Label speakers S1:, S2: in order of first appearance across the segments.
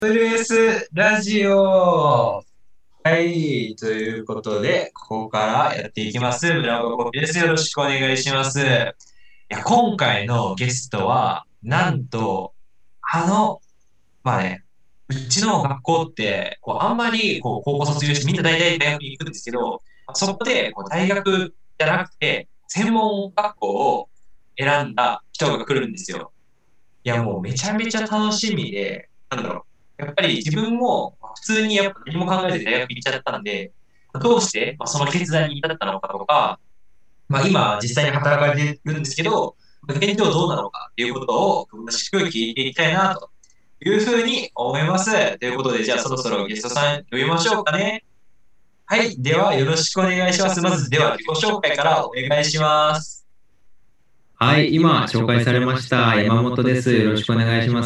S1: LS ラジオ。はい、ということで、ここからやっていきます。村岡コピです。よろしくお願いします。今回のゲストは、なんと、あの、まあね、うちの学校って、あんまり、高校卒業してみんな大体大学に行くんですけど、そこで、大学じゃなくて、専門学校を選んだ人が来るんですよ。もうめちゃめちゃ楽しみで、やっぱり自分も普通にやっぱ何も考えずに大学行っちゃったんで、どうして、その決断に至ったのかとか、今実際に働かれてるんですけど、現状どうなのかっていうことを詳しく聞いていきたいなというふうに思います。ということで、じゃあそろそろゲストさん呼びましょうかね。はい。では、よろしくお願いします。まず、では自己紹介からお願いします。
S2: はい、今紹介されました山本です。よろしくお願いします。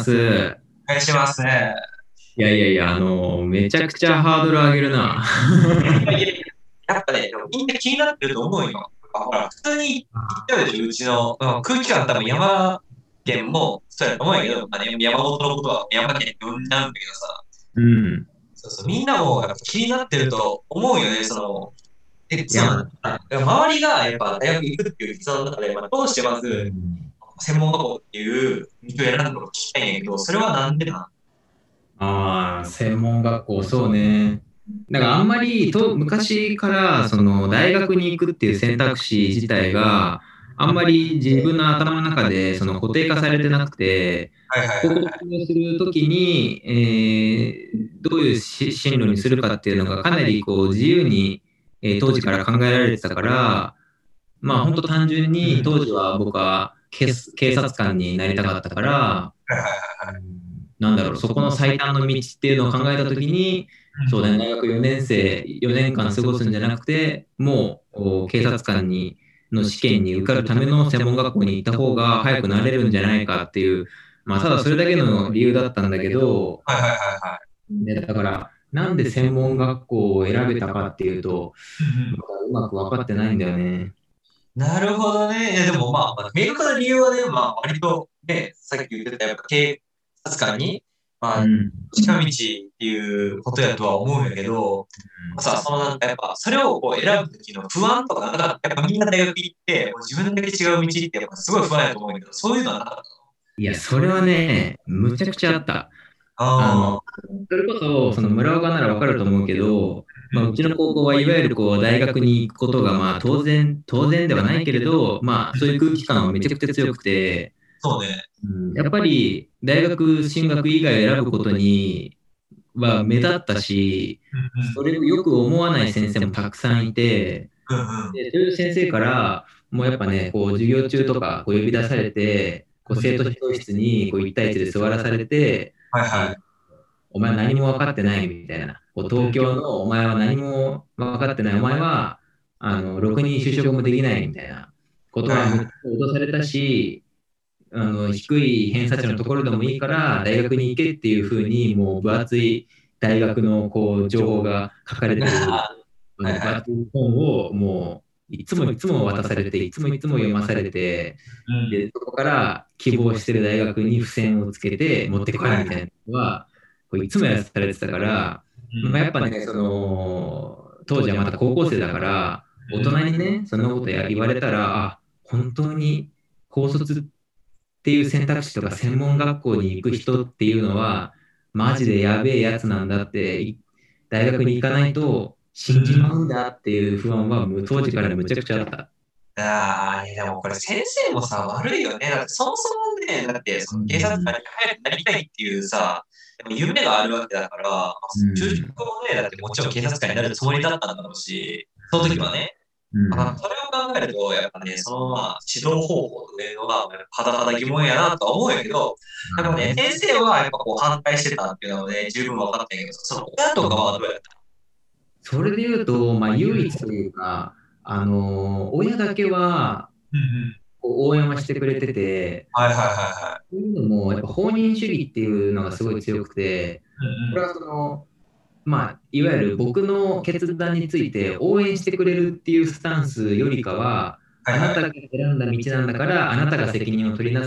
S1: お願いしますね。
S2: めちゃくちゃハードル上げるな。
S1: やっぱね、でもみんな気になってると思うよ。ほら、普通に言っちゃうでしょ、うちの、空気感多分山県もそうやと思うんやけど、山本のことは山県って呼んじゃうんだけどさ、
S2: うん。
S1: そうそう、みんなもやっぱ気になってると思うよね、
S2: いや、
S1: 周りがやっぱ大学行くっていう決断の中で、どうしてまず専門学校っていう道を選んだのか聞きたいんやけど、それはなんでなん？
S2: 専門学校、そうね。だからあんまり昔からその大学に行くっていう選択肢自体があんまり自分の頭の中でその固定化されてなくて、
S1: はいはい
S2: 高校
S1: はいはい。
S2: 卒業するときに、どういう進路にするかっていうのがかなりこう自由に、当時から考えられてたから、まあ本当単純に当時は僕は警察官になりたかったから、
S1: はいはいはいはい。
S2: なんだろう、そこの最短の道っていうのを考えたときに、そうだね、大学4年生、4年間過ごすんじゃなくて、もう警察官の試験に受かるための専門学校に行った方が早くなれるんじゃないかっていう、まあただそれだけの理由だったんだけど、
S1: はいはいはいはい。
S2: ね、だから、なんで専門学校を選べたかっていうと、まだうまく分かってないんだよね。
S1: なるほどね。でも明確な理由はね、割とね、さっき言ってた、やっぱ警察官に、まあ、
S2: うん。
S1: 近道っていうことやとは思うんやけど、やっぱ、それを選ぶときの不安とか、やっぱみんな大学行って、自分だけ違う道って、やっぱすごい不安やと思うんやけど、そういうのはなかっ
S2: いや、それはね、むちゃくちゃあった。
S1: た。
S2: あの、
S1: ああ、
S2: それこそ、その村岡ならわかると思うけど、まあ、うちの高校はいわゆるこう大学に行くことがまあ当然ではないけれど、まあそういう空気感はめちゃくちゃ強くて、
S1: そうね。
S2: やっぱり大学進学以外を選ぶことには目立ったし、それをよく思わない先生もたくさんいて、
S1: うんうん。
S2: で、そういう先生から、もうやっぱね、こう授業中とかこう呼び出されて、こう生徒指導室にこう1対1で座らされて、あの
S1: はいはい。
S2: お前何も分かってないみたいな。こう東京のお前は何も分かってない。お前は、ろくに就職もできないみたいなこと
S1: はいはい。
S2: はめっちゃ脅されたし、低い偏差値のところでもいいから大学に行けっていうふうに、もう分厚い大学のこう情報が書かれてる、
S1: はいはい。
S2: 分厚い本をもういつもいつも渡されて、いつもいつも読まされて、
S1: うん。
S2: で、そこから希望してる大学に付箋をつけて持ってこいみたいなのは、こういつもやらされてたから、まあ、やっぱね、当時はまだ高校生だから、大人にね、そんなこと言われたら、あ、本当に高卒っていう選択肢とか専門学校に行く人っていうのは、マジでやべえやつなんだって、大学に行かないと死んじまうんだっていう不安は当時からむちゃくちゃあった。
S1: でもこれ先生もさ、悪いよね。だってそもそもね、その警察官に早くなりたいっていうさ、でも夢があるわけだから、就職もね、だってもちろん警察官になるつもりだったんだろうし、その時はね、それを考えると、やっぱね、指導方法というのが、はだはだ疑問やなとは思うんやけど、やっぱね、先生はやっぱ反対してたっていうのはね、十分分かったんやけど、その親とかはどうやった？
S2: それで言うと、まあ、唯一というか、親だけは
S1: うんうん。
S2: こう応援はしてくれてて、
S1: はいはいはいはい。
S2: というのも、やっぱ放任主義っていうのがすごい強くて、これはまあ、いわゆる僕の決断について応援してくれるっていうスタンスよりかは、
S1: はいはい。
S2: あなたが選んだ道なんだから、あなたが責任を取りなさいっ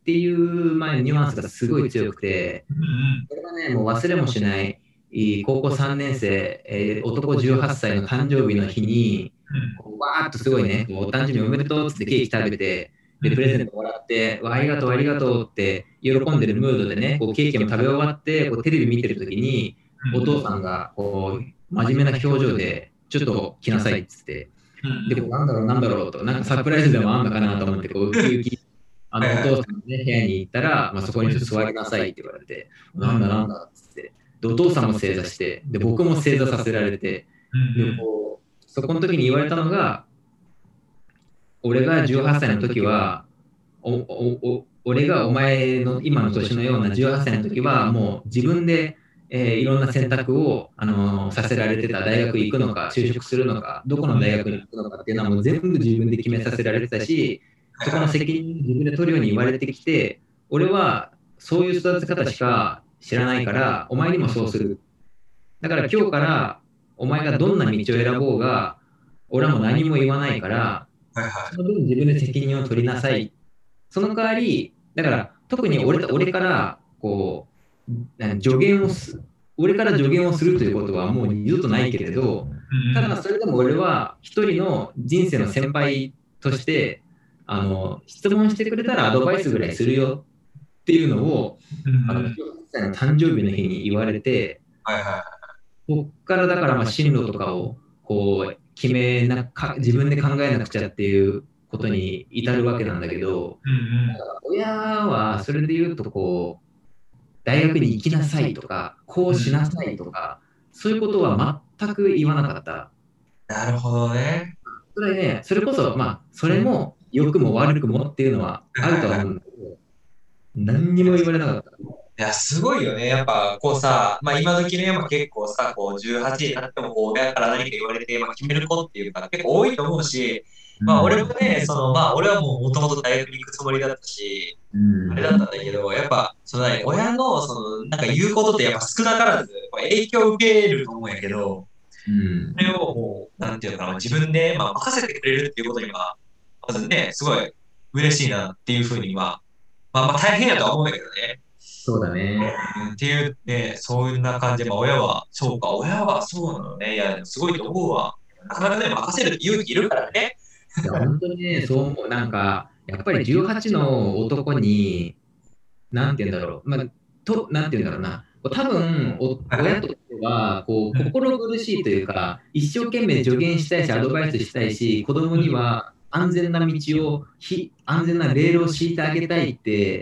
S2: っていう、まあ、ニュアンスがすごい強くて、それがね、もう忘れもしない、高校3年生、男18歳の誕生日の日に、こうわーっとすごいね、こうお誕生日おめでとうってケーキ食べて、で、プレゼントもらって、わあ、ありがとう、ありがとうって喜んでるムードでね、こうケーキも食べ終わって、こうテレビ見てるときに、お父さんがこう真面目な表情で、ちょっと来なさいっつって、で、こうなんだろう、なんだろうと、なんかサプライズでもあんのかなと思って、こうウキウキ、お父さんの、ね、部屋に行ったら、まあ、そこにちょっと座りなさいって言われて、なんだなんだっつって、で、お父さんも正座して、で、僕も正座させられて、で、こう、そこの時に言われたのが、俺が18歳の時は、俺がお前の今の年のような18歳の時は、もう自分で、いろんな選択を、させられてた。大学行くのか、就職するのか、どこの大学に行くのかっていうのはもう全部自分で決めさせられてたし、そこの責任自分で取るように言われてきて、俺はそういう育て方しか知らないから、お前にもそうする。だから今日からお前がどんな道を選ぼうが、俺はもう何も言わないから、その分自分で責任を取りなさい。その代わり、だから特に俺からこう俺から助言をするということはもう二度とないけれど、ただそれでも俺は一人の人生の先輩として、質問してくれたらアドバイスぐらいするよっていうのを、18歳の誕生日の日に言われて、こっからだからまあ進路とかをこう自分で考えなくちゃっていうことに至るわけなんだけど、親はそれで言うとこう、大学に行きなさいとか、こうしなさいとか、そういうことは全く言わなかった。
S1: なるほどね。
S2: それね、それこそ、まあ、それも良くも悪くもっていうのはあるとは思うんだけど、何にも言われなかった。
S1: いや、すごいよね。やっぱ、こうさ、まあ今時ね、まあ結構さ、こう18になってもこう親から何か言われて、まあ決める子っていうか結構多いと思うし、まあ俺もね、まあ俺はもうもともと大学に行くつもりだったし、あれだったんだけど、やっぱ、親の、なんか言うことってやっぱ少なからず、影響を受けると思うんやけど、それをもう、なんていうのかな、自分で、まあ、任せてくれるっていうことには、まずね、すごい嬉しいなっていうふうには、まあ大変やとは思うんだけどね。
S2: そうだね。
S1: っていうね、そんな感じで、まあ親は、そうか、親はそうなのね。いや、でもすごいと思うわ。なかなかね、任せるって勇気いるからね。
S2: いや、本当にね、そう思う。なんか、やっぱり18の男に、なんて言うんだろう。まあ、なんて言うんだろうな。多分、親としては、こう、心苦しいというか、一生懸命助言したいし、アドバイスしたいし、子供には安全な道を、安全なレールを敷いてあげたいって、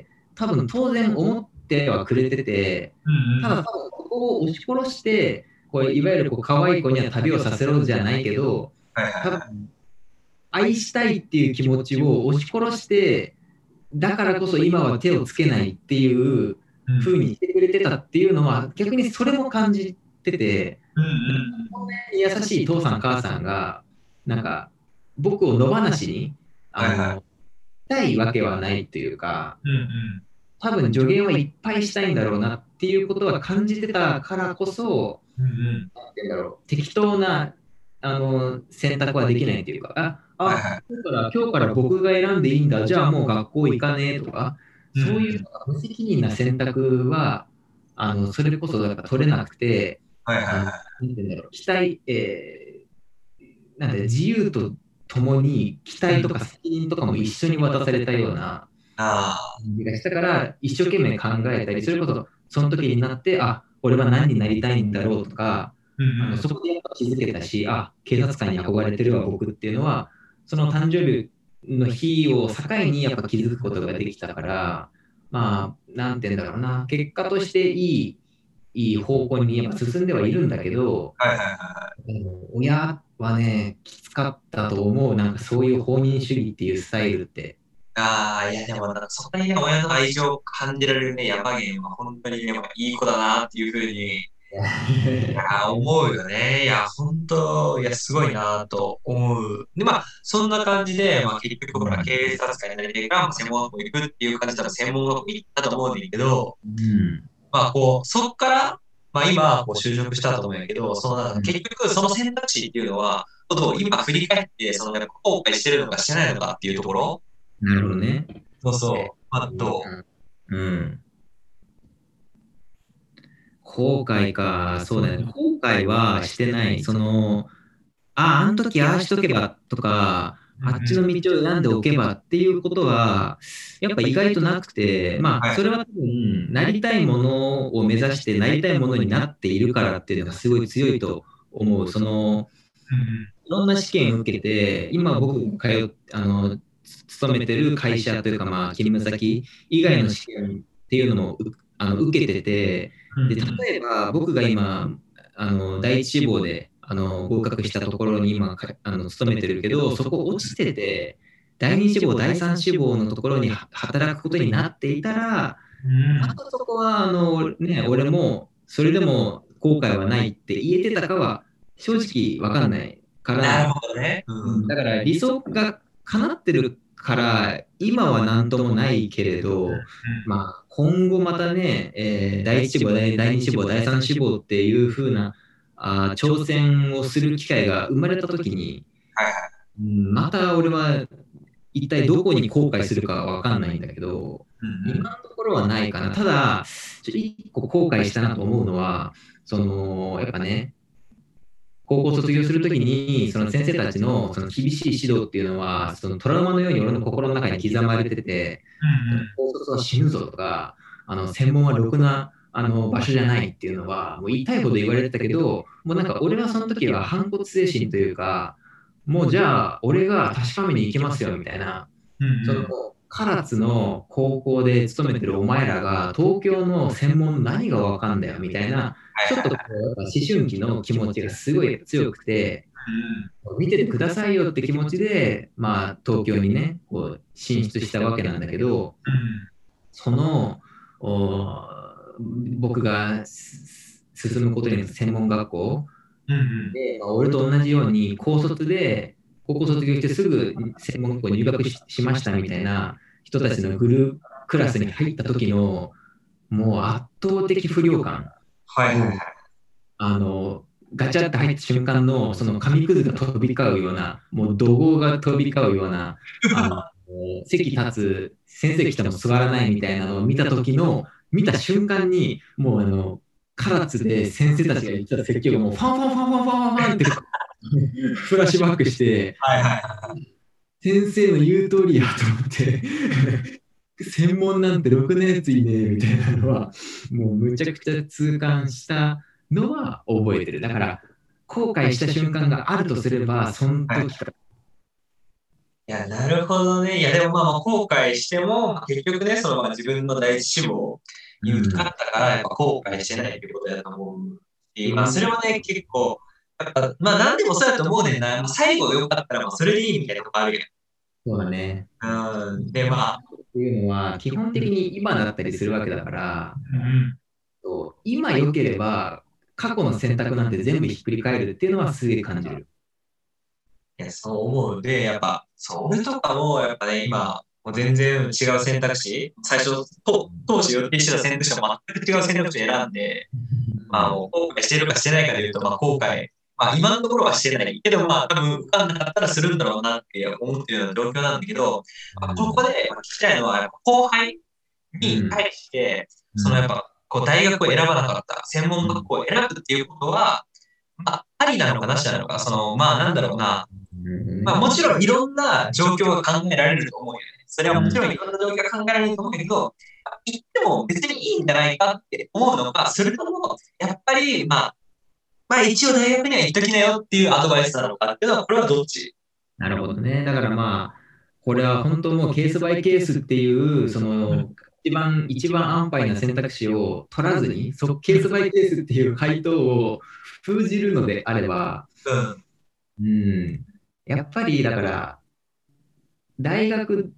S2: 多分当然思ってはくれてて、ただ多分、ここを押し殺して、こういわゆるこう可愛い子には旅をさせろじゃないけど、多分愛したいっていう気持ちを押し殺して、だからこそ今は手をつけないっていう風にしてくれてたっていうのは、逆にそれも感じてて、こんなに優しい父さん母さんが、なんか、僕を野放しに、したいわけはないというか、多分助言はいっぱいしたいんだろうなっていうことは感じてたからこそ、なんて言うんだろう、適当な選択はできないっていうか、今日から僕が選んでいいんだ、じゃあもう学校行かねえとか、そういう無責任な選択は、それこそだから取れなくて、なんて言うんだろう、なんで自由とともに期待とか責任とかも一緒に渡されたような感じがしたから、一生懸命考えたり、それこそその時になって、俺は何になりたいんだろうとか、そこでやっぱ気づけたし、警察官に憧れてるわ、僕っていうのは、その誕生日の日を境にやっぱ気づくことができたから、まあ、なんて言うんだろうな、結果としていい方向にやっぱ進んではいるんだけど、親はね、きつかったと思う、なんかそういう放任主義っていうスタイルって。
S1: いやでもなんかそこにね、親の愛情を感じられるね、山源は本当にね、いい子だなっていうふうに、思うよね。いや、本当、いや、すごいなと思う。で、まあ、そんな感じで、まあ結局、ほら、警察官になりたいから、まあ専門学校行くっていう感じだと専門学校行ったと思うんだけど、まあこう、そっから、まあ今、こう就職したと思うんやけど、なんか結局、その選択肢っていうのは、今振り返って、後悔してるのかしてないのかっていうところ、
S2: なるほどね。
S1: そうそう。まあ、ど
S2: うん。後悔か、そうだね。後悔はしてない。あの時ああしとけばとか、
S1: う。うん
S2: あっちの
S1: うん。
S2: 道を選んでおけばっていうことは、やっぱ意外となくて、まあ、
S1: はい。
S2: それは多分、なりたいものを目指してなりたいものになっているからっていうのがすごい強いと思う。
S1: うん
S2: いろんな試験を受けて、今僕が勤めてる会社というか、まあ、勤務先以
S1: うん。うん。
S2: 外の試験っていうのも受けてて、で、例
S1: うんうん。
S2: えば僕が今、第一志望で合格したところに今勤めてるけど、そこ落ちてて、第二志望、第三志望のところに働くことになっていたら、
S1: うん。
S2: またそこは、俺も、それでも後悔はないって言えてたかは、正直わかんないか
S1: なる
S2: ら、
S1: ほどね。うん。
S2: だから理想が叶ってるから、今は何ともないけれど、まあ、今後またね、第一志望、第二志望、第三志望っていう風な、挑戦をする機会が生まれたときに、
S1: はいはい。
S2: また俺は一体どこに後悔するかはわかんないんだけど、
S1: うんうん。
S2: 今のところはないかな。ただ、一個後悔したなと思うのは、やっぱね、高校卒業するときに、その先生たちのその厳しい指導っていうのは、そのトラウマのように俺の心の中に刻まれてて、
S1: うん
S2: 高卒は死ぬぞとか、専門はろくな場所じゃないっていうのは、もう痛いほど言われてたけど、もうなんか俺はその時は反骨精神というか、もうじゃあ俺が確かめに行きますよみたいな、
S1: うん。うん
S2: その
S1: うん。
S2: 唐津の高校で勤めてるお前らが東京の専門何がわかんだよみたいな、ちょっとこ
S1: はいはいはい。
S2: うやっぱ思春期の気持ちがすごい強くて、
S1: うん
S2: 見ててくださいよって気持ちで、まあ、東京にね、こう進出したわけなんだけど、
S1: うん。
S2: そのお僕が進むことになった専門学校
S1: うんうん。
S2: で、まあ、俺と同じように高卒で、高校卒業してすぐ専門学校に入学しましたみたいな人たちのクラスに入った時の、もう圧倒的不良感。もう
S1: はいはいはい。
S2: あの、ガチャって入った瞬間の、その紙くずが飛び交うような、もう怒号が飛び交うような、席立つ、先生来ても座らないみたいなのを見た瞬間に、もう唐津で先生たちが言ってた説教がもうファンファンファンファンファンファンってフラッシュバックして、
S1: はいはいはい。
S2: 先生の言う通りやと思って専門なんてろくなやついねえみたいなのは、もうむちゃくちゃ痛感したのは覚えてる。だから、後悔した瞬間があるとすれば、その
S1: はい。
S2: 時か。
S1: いや、なるほどね。いや、でもまあまあ後悔しても、まあ結局ね、そのまあ自分の第一志望
S2: う
S1: に受かっ
S2: ん。
S1: たから、やっぱ後悔してないっていうことだと思うし、まあそれはね、結構、やっぱ、まあ何でもそうだと思うねんな。まあ、最後良かったら、まあそれでいいみたいなとこあるや
S2: そうだね。
S1: ん。うん。で、まあ、
S2: っていうのは、基本的に今だったりするわけだから、
S1: うん。
S2: 今良ければ、過去の選択なんて全部ひっくり返るっていうのはすげえ感じる。
S1: いや、そう思う。で、やっぱ、そう、俺とかも、やっぱね、今、もう全然違う選択肢、最初、当時予定してた選択肢は全く違う選択肢を選んで、まあ、もう後悔してるかしてないかで言うと、まあ、後悔、まあ、今のところはしてない。けど、まあ、多分、受かんなかったらするんだろうなって思ってるような状況なんだけど、まあここで聞きたいのは、やっぱ後輩に
S2: うん。
S1: 対して、
S2: うん。
S1: やっぱ、こう、大学を選ばなかった、専門学校を選ぶっていうことは、まあ、ありなのかなしなのか、まあ、なんだろうな、
S2: なるほど
S1: まあ
S2: ね。
S1: もちろんいろんな状況が考えられると思うよね。それはもちろんいろんな状況が考えられると思うけど、言っても別にいいんじゃないかって思うのか、それとも、やっぱり、まあ一応大学には行っときなよっていうアドバイスなのかっていうのは、これはどっち？
S2: なるほどね。だからまあ、これは本当もうケースバイケースっていう、
S1: うん。
S2: 一番安牌な選択肢を取らずに、ケースバイケースっていう回答を封じるのであれば、
S1: うん。
S2: うん、やっぱりだから、大学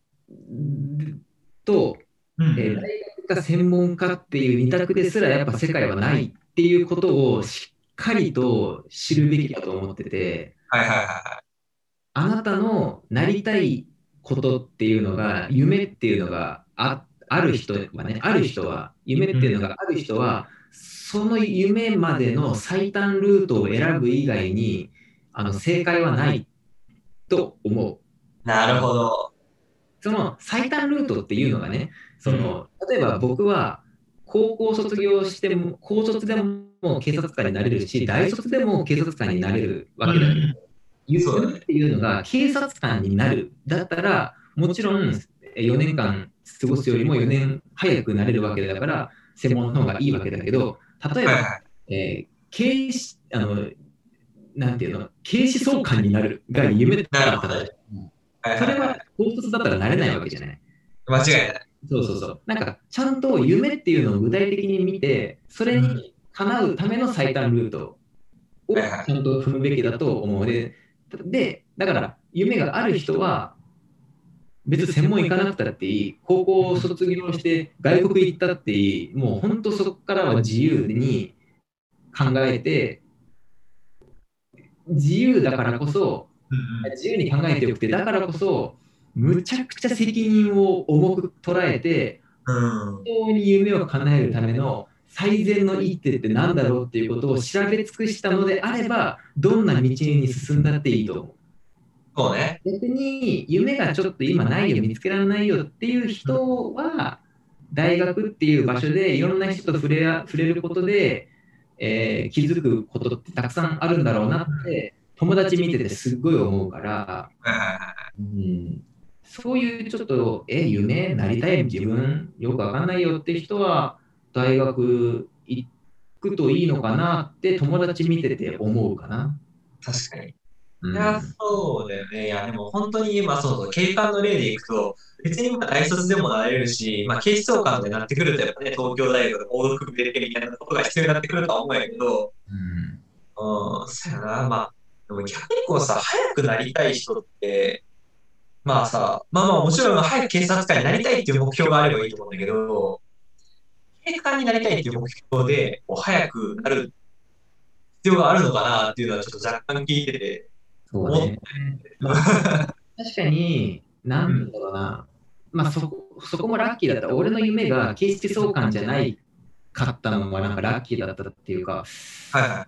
S2: と、
S1: うん。う
S2: 大
S1: ん。
S2: 学か専門家っていう二択ですらやっぱ世界はないっていうことをしっかりと知るべきだと思ってて、
S1: はいはいはいは
S2: あなたのなりたいことっていうのが、夢っていうのがある人はね、夢っ
S1: い。うん。
S2: ていうのがある人は、その夢までの最短ルートを選ぶ以外に、正解はないと思う。
S1: なるほど。
S2: その最短ルートっていうのがね、例えば僕は高校卒業しても、高卒でも警察官になれるし、大卒でも警察官になれるわけだけど、
S1: そうだね。
S2: 夢っていうのが警察官になる。だったら、もちろん4年間過ごすよりも4年早くなれるわけだから、専門の方がいいわけだけど、例えば、
S1: はいはい。
S2: 警視、なんていうの、警視総監になるが夢だったと。
S1: なるほどね。はい
S2: それは
S1: はいはい。
S2: 高卒だったらなれないわけじゃない。
S1: 間違いない。
S2: そうそうそう。なんか、ちゃんと夢っていうのを具体的に見て、それ
S1: うん。
S2: にかなうための最短ルートを
S1: はいはい。
S2: ちゃんと踏むべきだと思う。で、だから夢がある人は別に専門行かなくたっていい、高校を卒業して外国行ったっていい、もう本当そこからは自由に考えて、自由だからこそ、
S1: うん
S2: 自由に考えてよくて、だからこそ、むちゃくちゃ責任を重く捉えて、
S1: うん。うん。
S2: 本当に夢を叶えるための最善の一手って何だろうっていうことを調べ尽くしたのであれば、どんな道に進んだっていいと思う。
S1: そうね。
S2: 逆に夢がちょっと今ないよ、見つけられないよっていう人は、大学っていう場所でいろんな人と触れることで、気づくことってたくさんあるんだろうなって友達見ててすっごい思うから、
S1: はいはいは
S2: うん、そういうちょっと、夢なりたい自分よくわかんないよって人は、大学行くといいのかなって友達見てて思うかな。
S1: い。確かに。いや、
S2: うん。
S1: そうだよね。いや、でも本当に、まあそうそう、警官の例でいくと、別にまあ大卒でもなれるし、まあ警視総監とかになってくると、やっぱね、東京大学の法学部出てみたいなことが必要になってくるとは思うんやけど、
S2: うん。
S1: うん、そうやな。まあ、でも逆にこうさ、早くなりたい人って、まあさ、まあまあもちろん早く警察官になりたいっていう目標があればいいと思うんだけど、警官になりたいっていう目標で、こう早くなる必要があるのかなっていうのはちょっと若干聞いてて、思っ
S2: そうね。まあ、
S1: た。
S2: 確かに、なんて言うん
S1: うん。
S2: だろうな。まあ、そこもラッキーだった。俺の夢が警視総監じゃないかったのは、なんかラッキーだったっていうか、
S1: はいはい。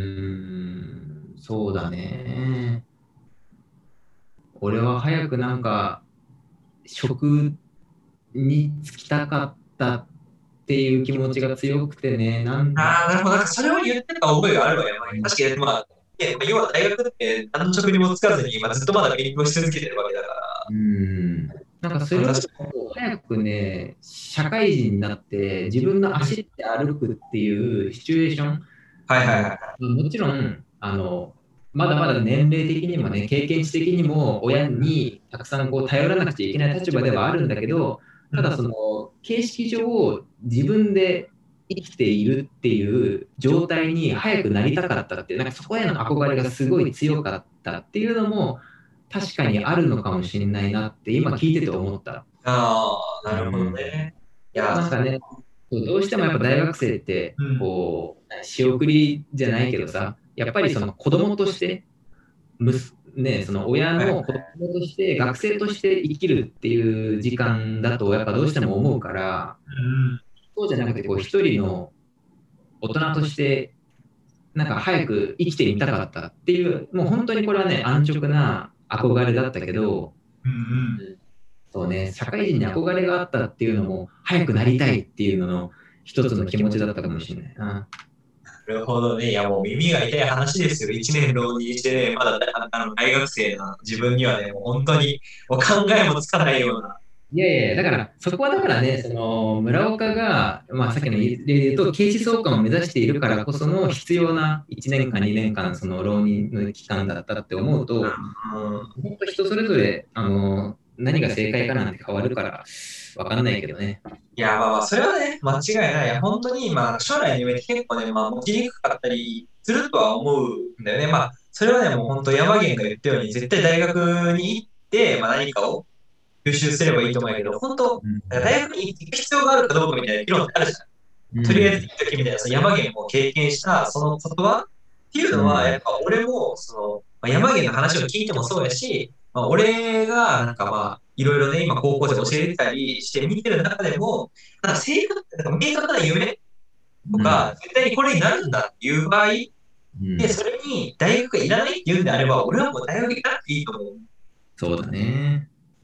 S2: そうだね。俺は早くなんか、職に就きたかったっていう気持ちが強くてね、
S1: ああ、なるほど。なんかそれを言ってた覚えがあるわ、山に。確かに、まあ、要は大学って何の職にもつかずに、まあ、ずっとまだ勉強し続けてるわけだから。
S2: なんかそ
S1: まあ、
S2: れを
S1: 確か
S2: 早くね、社会人になって自分の足で歩くっていうシチュエーション、
S1: はいはいはい。
S2: もちろん、まだまだ年齢的にもね、経験値的にも親にたくさんこう頼らなくちゃいけない立場ではあるんだけど、ただその形式上自分で生きているっていう状態に早くなりたかったっていう、なんかそこへの憧れがすごい強かったっていうのも確かにあるのかもしれないなって今聞いてて思った。
S1: ああ、なるほど
S2: うん。
S1: ね。い
S2: でも
S1: や、
S2: なんかね、そうどうしてもやっぱ大学生って、
S1: うん。
S2: こう、仕送りじゃないけどさ、やっぱりその子供として、その親
S1: はい。
S2: の子供として、学生として生きるっていう時間だと、やっぱどうしても思うから、
S1: うん。
S2: そうじゃなくて、こう、一人の大人として、なんか早く生きてみたかったっていう、もう本当にこれはね、安直な憧れだったけど、
S1: うんうん。
S2: そうね、社会人に憧れがあったっていうのも、早くなりたいっていうのの一つの気持ちだったかもしれないな。
S1: なるほどね。いや、もう耳が痛い話ですよ。一年浪人してね、まだ大学生な自分にはね、もう本当にもう考えもつかないような。
S2: いやいやいや、だから、そこはだからね、その村岡が、まあ、さっきの例で言うと、警視総監を目指しているからこその必要な1年間、2年間、その浪人の期間だったって思うと、
S1: うん。
S2: 本当人それぞれ、何が正解かなんて変わるから、わかんないけどね。
S1: いや、まあまあ、それはね、間違いない。いや、本当に、まあ、将来の夢って結構ね、まあ、持ちにくかったりするとは思うんだよね。まあ、それはね、もう本当山源が言ったように、絶対大学に行って、まあ何かを吸収すればいいと思うんやけど、本当、
S2: うん。
S1: 大学に行く必要があるかどうかみたいな議論ってあるじゃん。
S2: う
S1: とりあえず
S2: ん。
S1: 行った時みたいな、その山源を経験したその言葉っていうのは、やっぱ俺も、まあ、山源の話を聞いてもそうやし、まあ、俺が、なんかまあ、いろいろね、今高校で教えてたりして見てる中でも、なんか正確、なんか明確な夢と
S2: うん。
S1: か、絶対にこれになるんだっていう場合、で、
S2: うん。
S1: それに大学がいらないっていうんであれば、俺はもう大学行かなくていいと思う。
S2: そうだね。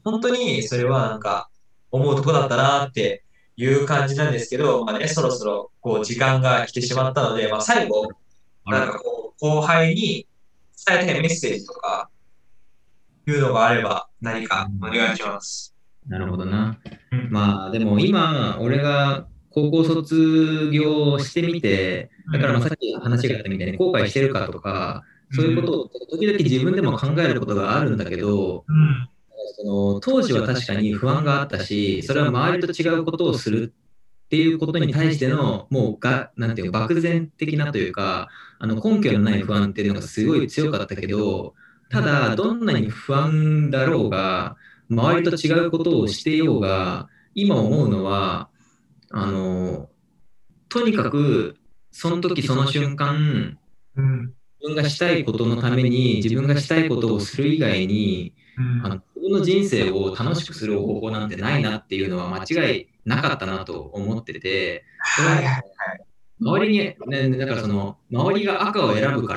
S1: 本当にそれはなんか思うとこだったなっていう感じなんですけど、まあね、そろそろこう時間が来てしまったので、まあ最後、
S2: あら、
S1: なんかこう後輩に伝えたいメッセージとかいうのがあれば何かお願いします。
S2: なるほどな。
S1: うん。
S2: まあでも今、俺が高校卒業してみて、だからまあさっき話があったみたいに後悔してるかとか、そういうことを時々自分でも考えることがあるんだけど、
S1: うん。
S2: その当時は確かに不安があったし、それは周りと違うことをするっていうことに対しての、もうなんていう漠然的なというか、根拠のない不安っていうのがすごい強かったけど、ただ、どんなに不安だろうが、周りと違うことをしていようが、今思うのは、あの、とにかく、その時その瞬間、
S1: うん。
S2: 自分がしたいことのために、自分がしたいことをする以外に、
S1: うん。
S2: 自分の人生を楽しくする方法なんてないなっていうのは間違いなかったなと思ってて、それは
S1: はいはい。
S2: 周りに、ね、だからその、周りが赤を選ぶから、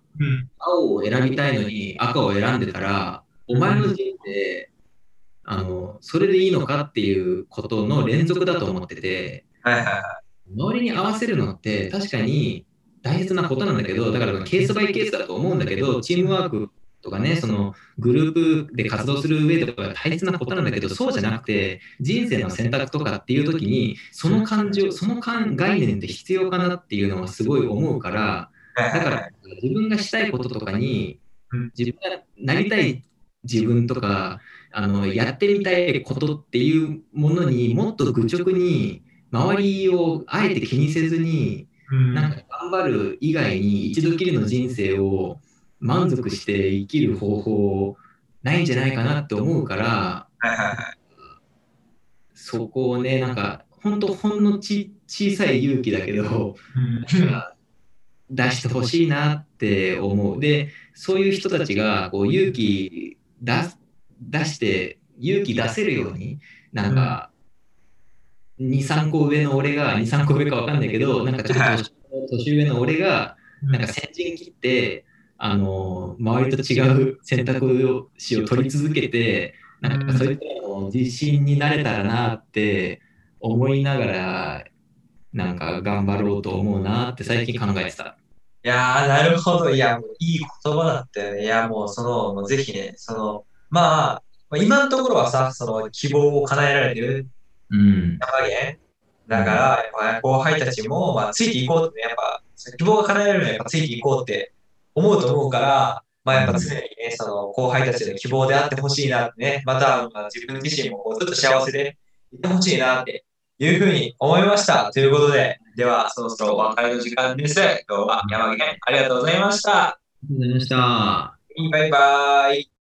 S1: うん。
S2: 青を選びたいのに赤を選んでたら、お前の人生、それでいいのかっていうことの連続だと思ってて、
S1: はいはいは
S2: 周りに合わせるのって確かに大切なことなんだけど、だからケースバイケースだと思うんだけど、チームワークとかね、そのグループで活動する上では大切なことなんだけど、そうじゃなくて、人生の選択とかっていう時に、その感情、その概念って必要かなっていうのはすごい思うから、
S1: い。はい
S2: だから
S1: はいはい。
S2: 自分がしたいこととかに、
S1: うん。
S2: 自分がなりたい自分とか、やってみたいことっていうものにもっと愚直に、周りをあえて気にせずに、
S1: うん。
S2: なんか頑張る以外に一度きりの人生を満足して生きる方法ないんじゃないかなって思うから、
S1: はいはいはい。
S2: そこをね、なんか本当ほんの小さい勇気だけど、
S1: うん。
S2: 出してほしいなって思う。で、そういう人たちがこう出して勇気出せるように、なん
S1: うん。
S2: か2、3個上の俺が、2、3個上かわかんないけど、なんかちょっと
S1: はい。
S2: 年上の俺が、
S1: うん。
S2: なんか先陣切って、周りと違う選択肢を取り続けて、なんかそういったの自信になれたらなって思いながら、なんか頑張ろうと思うなって最近考えてた。
S1: いやー、なるほど。いや、もういい言葉だったよね。いや、もうもうぜひね、今のところはさ、その希望を叶えられてる
S2: うん。
S1: 山源だから、
S2: うん。
S1: やっぱ後輩たちも、まあ、ついていこうってね、やっぱ、希望が叶えられるのはやっぱついていこうって思うと思うから、まあ、やっぱ常
S2: うん。
S1: にね、その後輩たちの希望であってほしいなってね、また、まあ自分自身もこうずっと幸せでいてほしいなっていうふうに思いました。ということで、では、そろそろお別れの時間です。今日は山源ありがとうございました。
S2: ありがとうございました。
S1: バイバイ。